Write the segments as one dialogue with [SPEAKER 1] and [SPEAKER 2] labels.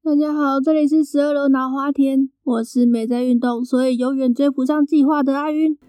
[SPEAKER 1] 大家好，这里是12楼脑花田，我是没在运动，所以永远追不上计划的阿晕。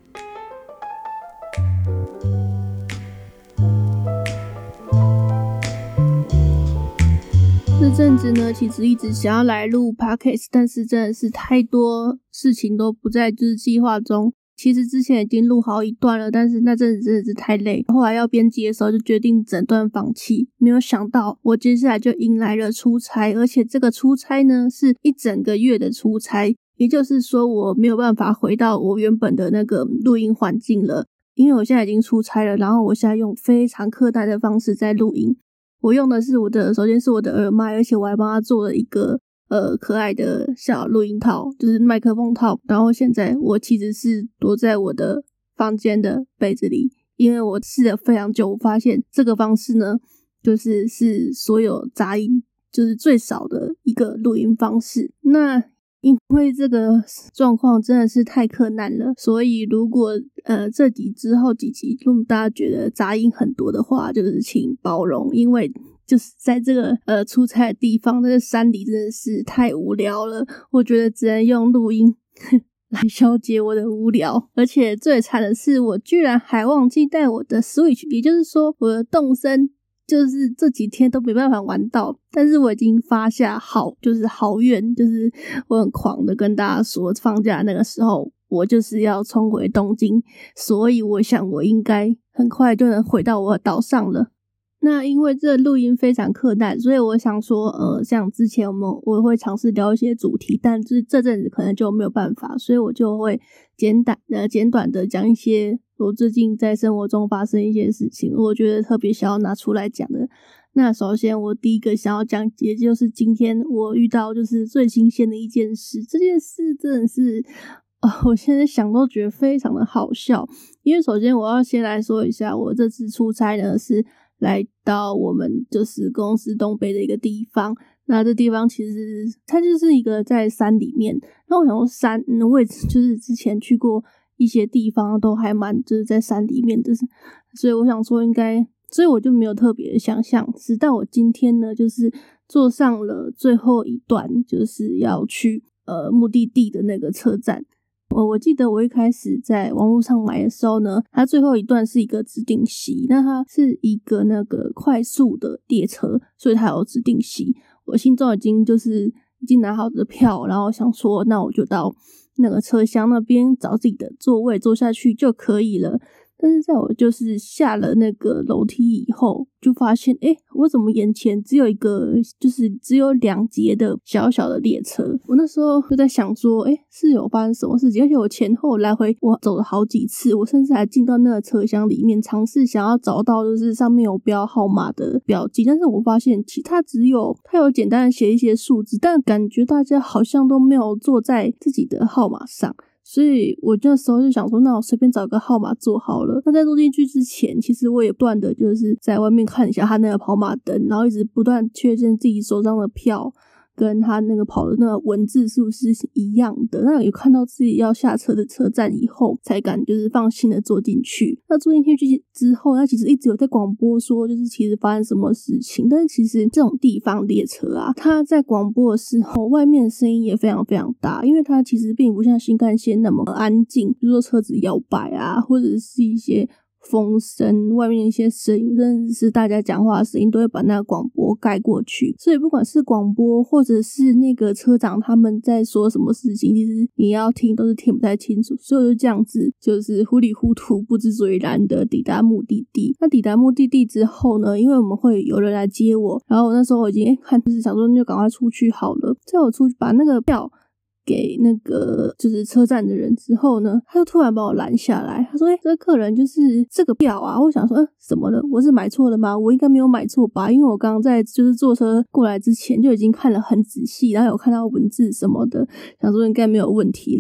[SPEAKER 1] 这阵子呢，其实一直想要来录 podcast， 但是真的是太多事情都不在计划中。其实之前已经录好一段了，但是那阵子真的是太累，后来要编辑的时候就决定整段放弃。没有想到我接下来就迎来了出差，而且这个出差呢是一整个月的出差，也就是说我没有办法回到我原本的那个录音环境了，因为我现在已经出差了，然后我现在用非常客单的方式在录音。我用的是首先是我的耳麦，而且我还帮他做了一个可爱的小录音套，就是麦克风套。然后现在我其实是躲在我的房间的被子里，因为我试了非常久，我发现这个方式呢，是所有杂音就是最少的一个录音方式。那因为这个状况真的是太困难了，所以如果这集之后几集如果大家觉得杂音很多的话，就是请包容，因为就是在这个出差的地方，这个山里真的是太无聊了，我觉得只能用录音来消解我的无聊。而且最惨的是我居然还忘记带我的 Switch， 也就是说我的动森就是这几天都没办法玩到，但是我已经发下豪愿，就是我很狂的跟大家说，放假那个时候我就是要冲回东京，所以我想我应该很快就能回到我的岛上了。那因为这录音非常困难，所以我想说像之前我会尝试聊一些主题，但是这阵子可能就没有办法，所以我就会简短的讲一些我最近在生活中发生一些事情，我觉得特别想要拿出来讲的。那首先我第一个想要讲也就是今天我遇到就是最新鲜的一件事，这件事真的是我现在想都觉得非常的好笑。因为首先我要先来说一下，我这次出差呢是来到我们就是公司东北的一个地方，那这地方其实它就是一个在山里面，然后我想说山我也就是之前去过一些地方都还蛮就是在山里面的，所以我想说所以我就没有特别的想象，直到我今天呢就是坐上了最后一段就是要去目的地的那个车站。我记得我一开始在网络上买的时候呢，它最后一段是一个指定席，那它是一个那个快速的列车，所以它有指定席。我心中已经拿好的票，然后想说那我就到那个车厢那边找自己的座位坐下去就可以了。但是在我就是下了那个楼梯以后，就发现我怎么眼前只有2节的小小的列车。我那时候就在想说是有发生什么事情，而且我前后来回我走了好几次，我甚至还进到那个车厢里面尝试想要找到就是上面有标号码的标记，但是我发现其实它有简单的写一些数字，但感觉大家好像都没有坐在自己的号码上，所以我那时候就想说那我随便找个号码坐好了。那在坐进去之前，其实我也不断的就是在外面看一下他那个跑马灯，然后一直不断确认自己手上的票跟他那个跑的那个文字是不是一样的。那有看到自己要下车的车站以后才敢就是放心的坐进去。那坐进去之后，他其实一直有在广播说就是其实发生什么事情，但是其实这种地方列车啊，它在广播的时候外面的声音也非常非常大，因为它其实并不像新干线那么安静，比如说车子摇摆啊，或者是一些风声，外面一些声音，甚至是大家讲话的声音都会把那个广播盖过去，所以不管是广播或者是那个车长他们在说什么事情，其实你要听都是听不太清楚，所以我就这样子就是糊里糊涂不知所以然的抵达目的地。那抵达目的地之后呢，因为我们会有人来接我，然后我那时候我已经看就是想说那就赶快出去好了。在我出去把那个票给那个就是车站的人之后呢，他就突然把我拦下来，他说这个客人就是这个票啊。我想说怎么了，我是买错了吗？我应该没有买错吧，因为我刚刚在就是坐车过来之前就已经看了很仔细，然后有看到文字什么的，想说应该没有问题了。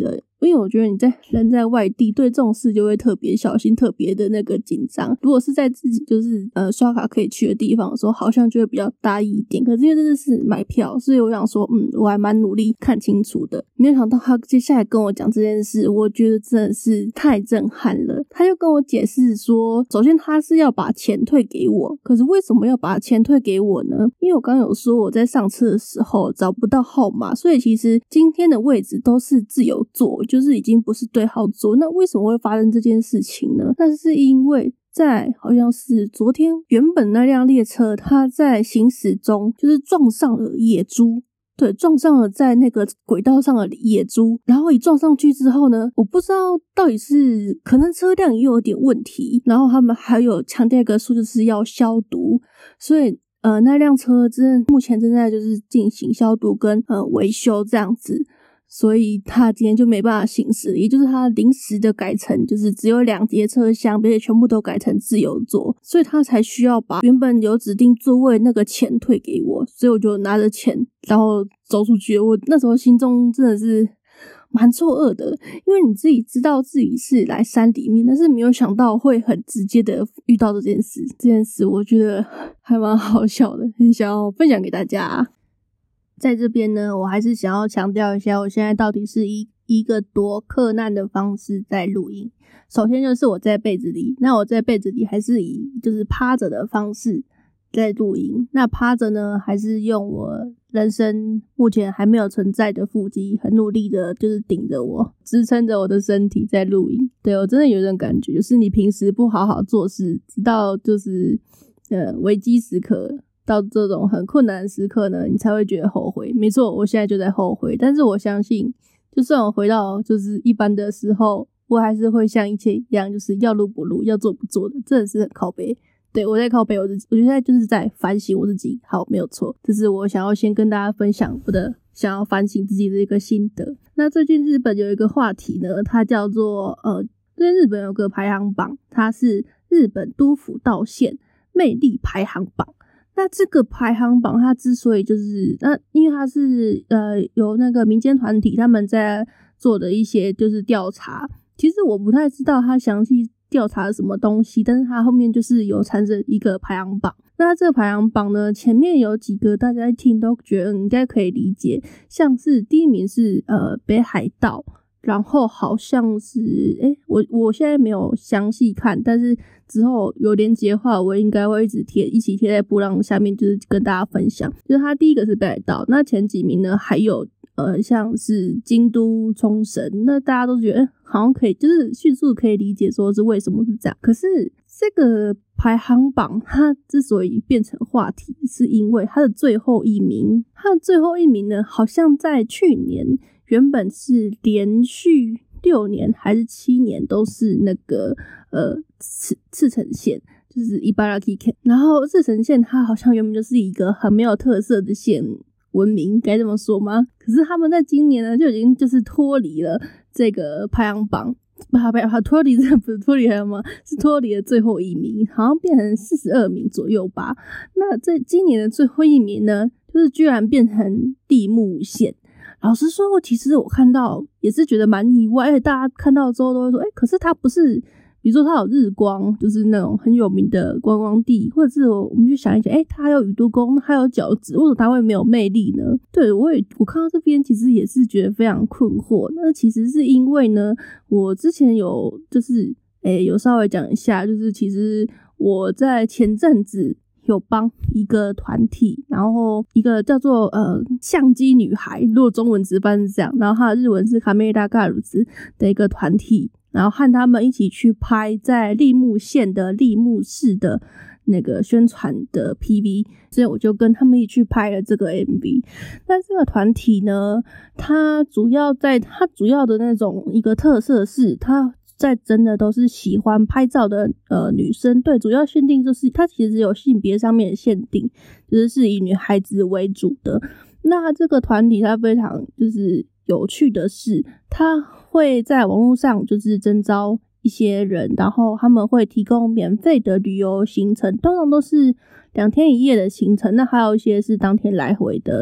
[SPEAKER 1] 因为我觉得你人在外地，对这种事就会特别小心，特别的那个紧张。如果是在自己就是刷卡可以去的地方的时候，好像就会比较大意一点。可是因为这是买票，所以我想说我还蛮努力看清楚的。没有想到他接下来跟我讲这件事，我觉得真的是太震撼了。他就跟我解释说，首先他是要把钱退给我，可是为什么要把钱退给我呢？因为我刚有说我在上车的时候找不到号码，所以其实今天的位置都是自由座，就是已经不是对号座。那为什么会发生这件事情呢？那是因为在好像是昨天，原本那辆列车它在行驶中就是撞上了野猪，对，撞上了在那个轨道上的野猪，然后一撞上去之后呢，我不知道到底是可能车辆也有点问题，然后他们还有强调一个数，就是要消毒，所以那辆车目前正在就是进行消毒跟维修这样子，所以他今天就没办法行驶，也就是他临时的改成就是只有2节车厢，并且全部都改成自由座，所以他才需要把原本有指定座位那个钱退给我，所以我就拿着钱然后走出去。我那时候心中真的是蛮错愕的，因为你自己知道自己是来山里面，但是没有想到会很直接的遇到这件事我觉得还蛮好笑的，很想要分享给大家。在这边呢，我还是想要强调一下，我现在到底是以一个多克难的方式在录音。首先就是我在被子里，那我在被子里还是以就是趴着的方式在录音。那趴着呢，还是用我人生目前还没有存在的腹肌，很努力的就是顶着我，支撑着我的身体在录音。对，我真的有一种感觉，就是你平时不好好做事，直到就是危机时刻，到这种很困难的时刻呢，你才会觉得后悔。没错，我现在就在后悔，但是我相信就算我回到就是一般的时候，我还是会像以前一样，就是要录不录，要做不做的，真的是很靠北。对，我在靠北我自己，我现在就是在反省我自己。好，没有错，这是我想要先跟大家分享我的想要反省自己的一个心得。那最近日本有一个话题呢，它叫做最近日本有个排行榜，它是日本都府道县魅力排行榜。那这个排行榜它之所以就是因为它是有那个民间团体他们在做的一些就是调查，其实我不太知道它详细调查了什么东西，但是它后面就是有产生一个排行榜。那这个排行榜呢，前面有几个大家一听都觉得应该可以理解，像是第一名是北海道，然后好像是我现在没有详细看，但是之后有连结的话，我应该会一起贴在波浪下面，就是跟大家分享。就是它第一个是北海道，那前几名呢还有像是京都、冲绳，那大家都觉得好像可以，就是迅速可以理解说是为什么是这样。可是这个排行榜它之所以变成话题，是因为它的最后一名呢，好像在去年原本是连续6年还是7年都是那个赤城县，就是茨城县。然后赤城县它好像原本就是一个很没有特色的县闻名，该这么说吗？可是他们在今年呢就已经就是脱离了这个排行榜，脱离这不是脱离排行榜，是脱离了最后一名，好像变成42名左右吧。那在今年的最后一名呢，就是居然变成立木县。老实说，其实我看到也是觉得蛮意外，而且大家看到之后都会说，可是它不是，比如说它有日光，就是那种很有名的观光地，或者是我们去想一想，它还有宇都宫，还有饺子，为什么它会没有魅力呢？对，我看到这边其实也是觉得非常困惑。那其实是因为呢，我之前有就是有稍微讲一下，就是其实我在前阵子有帮一个团体，然后一个叫做相机女孩，如果中文直翻是这样，然后它的日文是卡梅拉嘎鲁兹的一个团体，然后和他们一起去拍在立木县的立木市的那个宣传的 PV， 所以我就跟他们一起去拍了这个 MV。 那这个团体呢，它主要的那种一个特色是它在真的都是喜欢拍照的女生，对，主要限定就是它其实有性别上面的限定，就是以女孩子为主的。那这个团体它非常就是有趣的是，它会在网络上就是征召一些人，然后他们会提供免费的旅游行程，通常都是2天1夜的行程，那还有一些是当天来回的。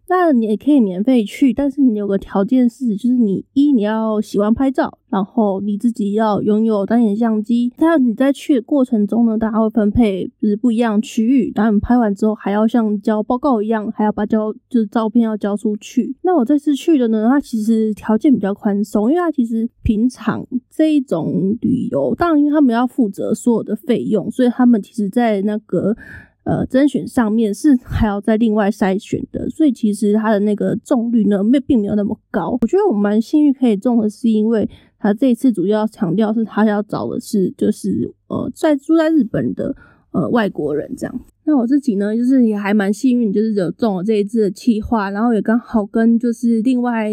[SPEAKER 1] 那你也可以免费去，但是你有个条件是，就是你要喜欢拍照，然后你自己要拥有单眼相机。但你在去的过程中呢，大家会分配就是不一样的区域，然后你拍完之后还要像交报告一样，还要把就是照片要交出去。那我这次去的呢，它其实条件比较宽松，因为它其实平常这一种旅游，当然因为他们要负责所有的费用，所以他们其实在那个甄选上面是还要再另外筛选的，所以其实它的那个中率呢并没有那么高。我觉得我蛮幸运可以中的是因为他这一次主要强调是他要找的是就是住在日本的外国人这样。那我自己呢就是也还蛮幸运，就是有中了这一次的企划，然后也刚好跟就是另外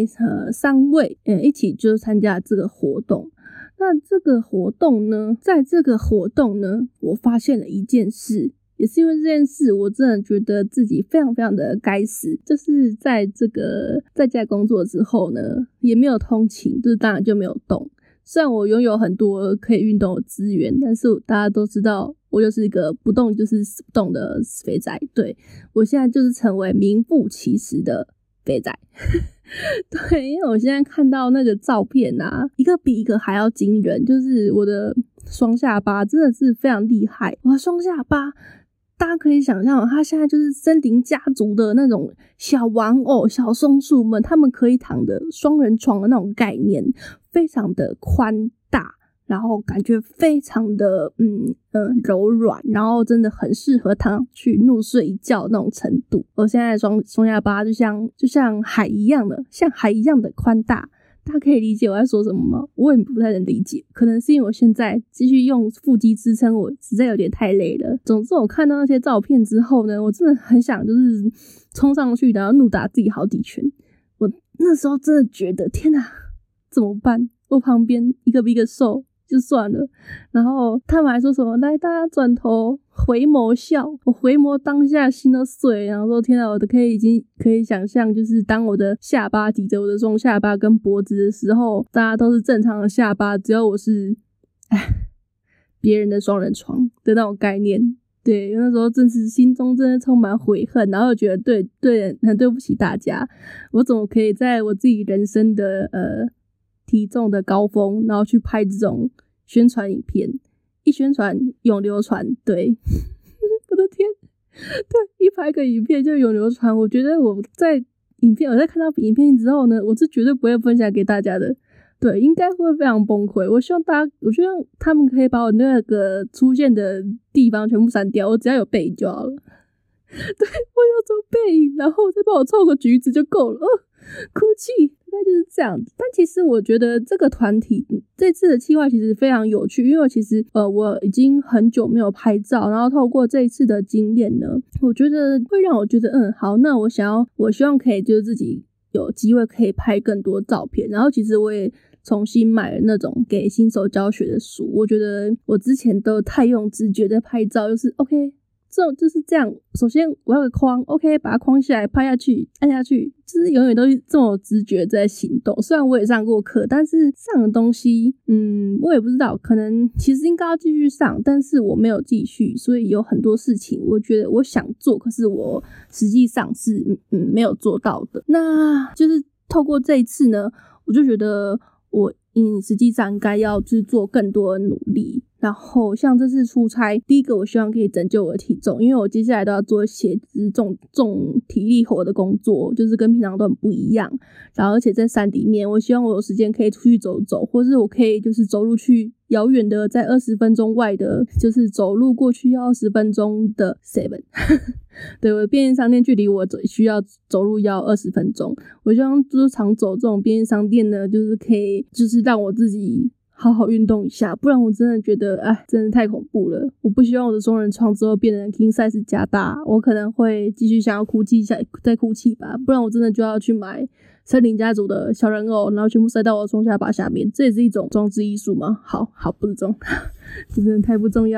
[SPEAKER 1] 3位一起就是参加这个活动。那这个活动呢，在这个活动呢，我发现了一件事，也是因为这件事，我真的觉得自己非常非常的该死。就是在这个在家工作之后呢，也没有通勤，就是当然就没有动。虽然我拥有很多可以运动的资源，但是大家都知道我就是一个不动就是死不动的肥宅。对，我现在就是成为名副其实的肥宅。对，因为我现在看到那个照片啊，一个比一个还要惊人，就是我的双下巴真的是非常厉害。我的双下巴大家可以想象，它现在就是森林家族的那种小玩偶、小松鼠们，他们可以躺的双人床的那种概念，非常的宽大，然后感觉非常的柔软，然后真的很适合躺上去怒睡一觉那种程度。我现在的双下巴就像海一样的宽大。大家可以理解我在说什么吗？我也不太能理解，可能是因为我现在继续用腹肌支撑，我实在有点太累了。总之我看到那些照片之后呢，我真的很想就是冲上去，然后怒打自己好几拳。我那时候真的觉得天哪，怎么办？我旁边一个比一个瘦就算了，然后他们还说什么来大家转头回眸笑，我回眸当下心都碎，然后说天哪，我已经可以想象，就是当我的下巴抵着我的双下巴跟脖子的时候，大家都是正常的下巴，只有我是别人的双人床的那种概念。对，那时候真是心中真的充满悔恨，然后又觉得很对不起大家，我怎么可以在我自己人生的体重的高峰，然后去拍这种宣传影片，一宣传永流传。对我的天，对，一拍个影片就永流传。我觉得我在看到影片之后呢，我是绝对不会分享给大家的。对，应该会非常崩溃。我希望他们可以把我那个出现的地方全部删掉，我只要有背影就好了。对，我有种背影，然后再帮我凑个橘子就够了。哭泣，大概就是这样子。但其实我觉得这个团体这次的企划其实非常有趣，因为其实我已经很久没有拍照，然后透过这一次的经验呢，我觉得会让我觉得好，那我希望可以就是自己有机会可以拍更多照片。然后其实我也重新买了那种给新手教学的书，我觉得我之前都太用直觉在拍照，就是 OK就是这样，首先我要个框 OK 把它框下来，拍下去按下去，就是永远都是这么直觉在行动。虽然我也上过课，但是上的东西我也不知道，可能其实应该要继续上，但是我没有继续，所以有很多事情我觉得我想做，可是我实际上是没有做到的。那就是透过这一次呢，我就觉得我实际上应该要去做更多的努力。然后像这次出差，第一个我希望可以拯救我的体重，因为我接下来都要做写字重体力活的工作，就是跟平常都很不一样。然后而且在山里面，我希望我有时间可以出去走走，或是我可以就是走路去遥远的在20分钟外的，就是走路过去要20分钟的 7 对，我的便利商店距离我需要走路要20分钟。我希望就是常走这种便利商店呢，就是可以就是让我自己好好运动一下，不然我真的觉得真的太恐怖了。我不希望我的双人床之后变成 king size 加大，我可能会继续想要哭泣一下，再哭泣吧，不然我真的就要去买森林家族的小人偶，然后全部塞到我的双下巴下面，这也是一种装置艺术吗？好不是这种真的太不重要了。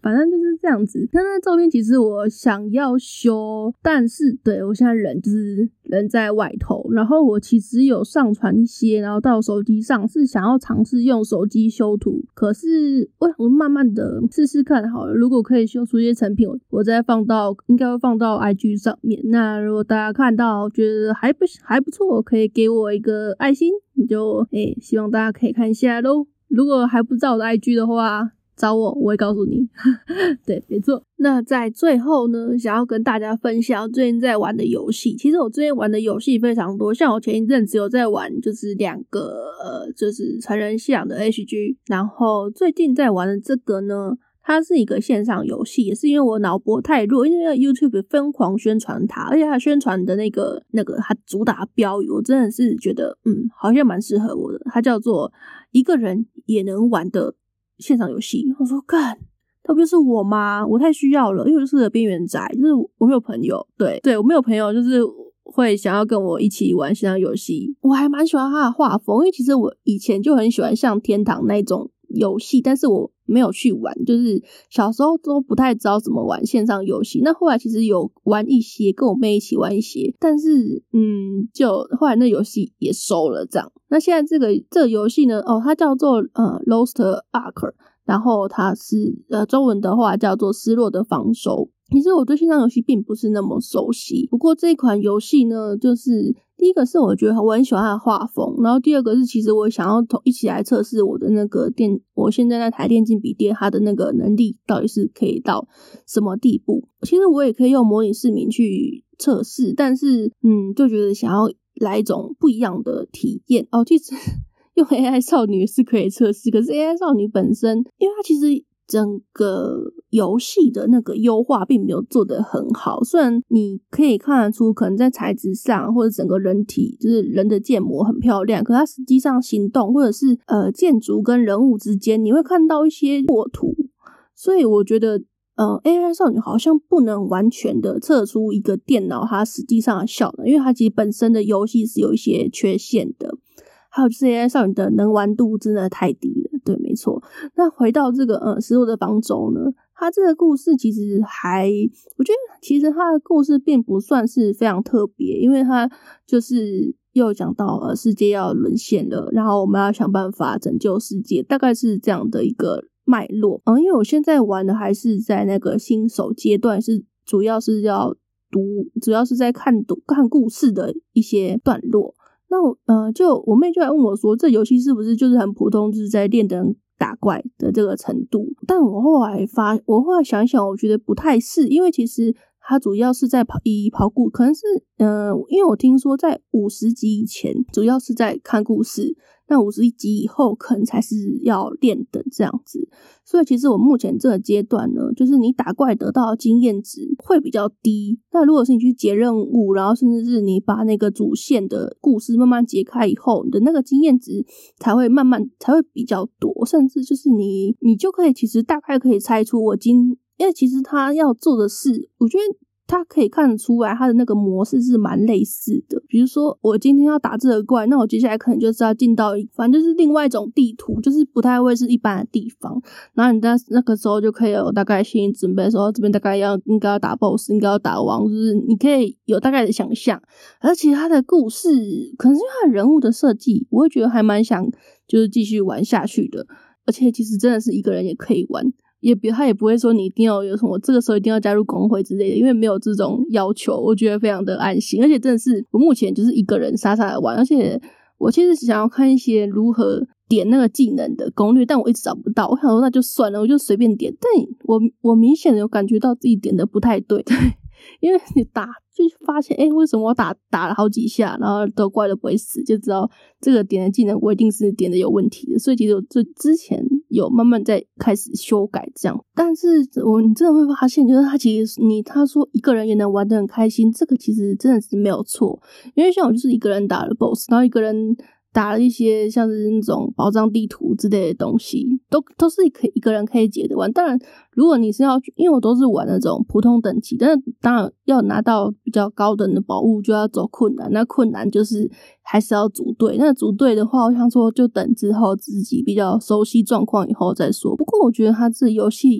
[SPEAKER 1] 反正就是这样子。那照片其实我想要修，但是对我现在人在外头，然后我其实有上传一些，然后到手机上是想要尝试用手机修图，可是我想慢慢的试试看好了，如果可以修出一些成品，我再应该会放到 IG 上面。那如果大家看到觉得还不错，可以给我一个爱心，你就希望大家可以看一下咯。如果还不知道我的 IG 的话，找我会告诉你。对，没错。那在最后呢，想要跟大家分享最近在玩的游戏。其实我最近玩的游戏非常多，像我前一阵子有在玩就是2个就是成人信仰的 HG， 然后最近在玩的这个呢，它是一个线上游戏，也是因为我脑波太弱，因为 YouTube 疯狂宣传它，而且它宣传的那个它主打标语，我真的是觉得好像蛮适合我的。它叫做一个人也能玩的线上游戏。我说干，特别是我吗？我太需要了，因为我就是个边缘宅，就是我没有朋友，对我没有朋友，就是会想要跟我一起玩线上游戏。我还蛮喜欢它的画风，因为其实我以前就很喜欢像天堂那种游戏，但是我没有去玩，就是小时候都不太知道怎么玩线上游戏。那后来其实有玩一些，跟我妹一起玩一些，但是就后来那游戏也收了这样。那现在这个游戏呢，它叫做Lost Ark， 然后它是中文的话叫做失落的防守。其实我对线上游戏并不是那么熟悉，不过这一款游戏呢，就是第一个是我觉得我很喜欢它的画风，然后第二个是其实我想要一起来测试我的那个我现在那台电竞笔电它的那个能力到底是可以到什么地步。其实我也可以用模拟市民去测试，但是就觉得想要来一种不一样的体验。其实用 AI 少女是可以测试，可是 AI 少女本身因为它其实整个游戏的那个优化并没有做得很好，虽然你可以看得出可能在材质上或者整个人体就是人的建模很漂亮，可它实际上行动或者是建筑跟人物之间你会看到一些破图，所以我觉得AI 少女好像不能完全的测出一个电脑它实际上的效能，因为它其实本身的游戏是有一些缺陷的。还有就是 AI 少女的能玩度真的太低了，对，没错。那回到这个失落的方舟呢，它这个故事其实我觉得其实它的故事并不算是非常特别，因为它就是又讲到世界要沦陷了，然后我们要想办法拯救世界，大概是这样的一个脉络。因为我现在玩的还是在那个新手阶段，主要是在看故事的一些段落。那我妹就来问我说，这游戏是不是就是很普通，就是在练人打怪的这个程度？但我后来想一想，我觉得不太是，因为其实它主要是在跑故，可能是因为我听说在50集以前主要是在看故事，那50集以后可能才是要练等这样子。所以其实我目前这个阶段呢，就是你打怪得到的经验值会比较低，那如果是你去解任务，然后甚至是你把那个主线的故事慢慢解开以后，你的那个经验值才会比较多，甚至就是你就可以其实大概可以猜出因为其实他要做的事，我觉得他可以看得出来他的那个模式是蛮类似的。比如说我今天要打这个怪，那我接下来可能就是要进到反正就是另外一种地图，就是不太会是一般的地方，然后你在那个时候就可以有大概心理准备说这边大概应该要打 BOSS， 应该要打王，就是你可以有大概的想象。而且他的故事可能是因为他的人物的设计，我会觉得还蛮想就是继续玩下去的。而且其实真的是一个人也可以玩，他也不会说你一定要有什么这个时候一定要加入公会之类的，因为没有这种要求，我觉得非常的安心。而且真的是我目前就是一个人傻傻的玩，而且我其实想要看一些如何点那个技能的攻略，但我一直找不到。我想说那就算了，我就随便点，但我明显的有感觉到自己点的不太对，对，因为你就发现为什么我打了好几下然后都怪都不会死，就知道这个点的技能我一定是点的有问题的。所以其实我之前有慢慢在开始修改这样，但是你真的会发现，就是他说一个人也能玩得很开心，这个其实真的是没有错。因为像我就是一个人打了 BOSS， 然后一个人打了一些像是那种宝藏地图之类的东西，都是一个人可以解得完。当然如果你是因为我都是玩那种普通等级，但是当然要拿到比较高等的宝物就要走困难，那困难就是还是要组队。那组队的话我想说就等之后自己比较熟悉状况以后再说。不过我觉得它这游戏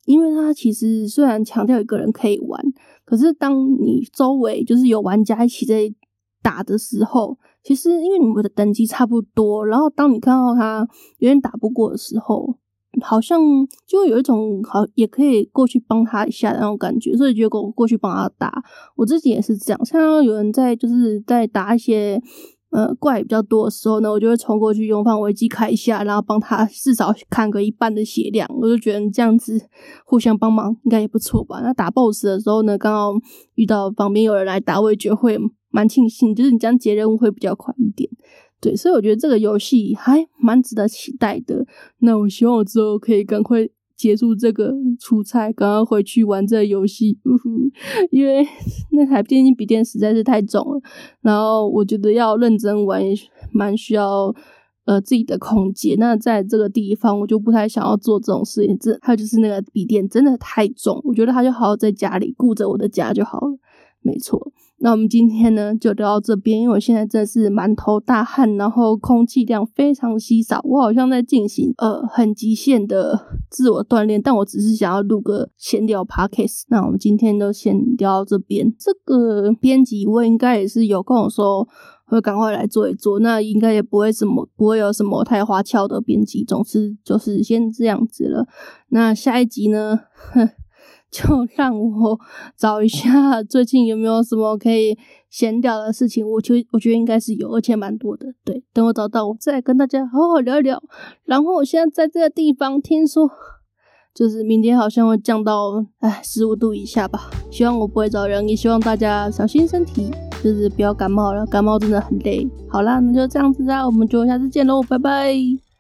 [SPEAKER 1] 因为它其实虽然强调一个人可以玩，可是当你周围就是有玩家一起在打的时候，其实因为你们的等级差不多，然后当你看到他有点打不过的时候，好像就有一种好也可以过去帮他一下的那种感觉，所以就过去帮他打。我自己也是这样，像有人就是在打一些怪比较多的时候呢，我就会冲过去用放危机开一下，然后帮他至少砍个一半的血量。我就觉得这样子互相帮忙应该也不错吧。那打 BOSS 的时候呢，刚好遇到旁边有人来打，我也觉得会蛮庆幸，就是你这样接任务会比较快一点。对，所以我觉得这个游戏还蛮值得期待的。那我希望我之后可以赶快结束这个出差，赶快回去玩这个游戏。因为那台电竞笔电实在是太重了，然后我觉得要认真玩也蛮需要自己的空间。那在这个地方我就不太想要做这种事情。还有就是那个笔电真的太重，我觉得他就好好在家里顾着我的家就好了。没错，那我们今天呢就聊到这边，因为我现在真的是满头大汗，然后空气量非常稀少，我好像在进行很极限的自我锻炼，但我只是想要录个闲聊 podcast。 那我们今天就先聊到这边。这个编辑我应该也是有跟我说会赶快来做一做，那应该也不会有什么太花俏的编辑，总之就是先这样子了。那下一集呢就让我找一下最近有没有什么可以闲聊的事情，我觉得应该是有，而且蛮多的。对，等我找到我再跟大家好好聊一聊。然后我现在在这个地方听说就是明天好像会降到15度以下吧，希望我不会着凉，也希望大家小心身体，就是不要感冒了，感冒真的很累。好啦，那就这样子啦，我们就下次见咯，拜拜。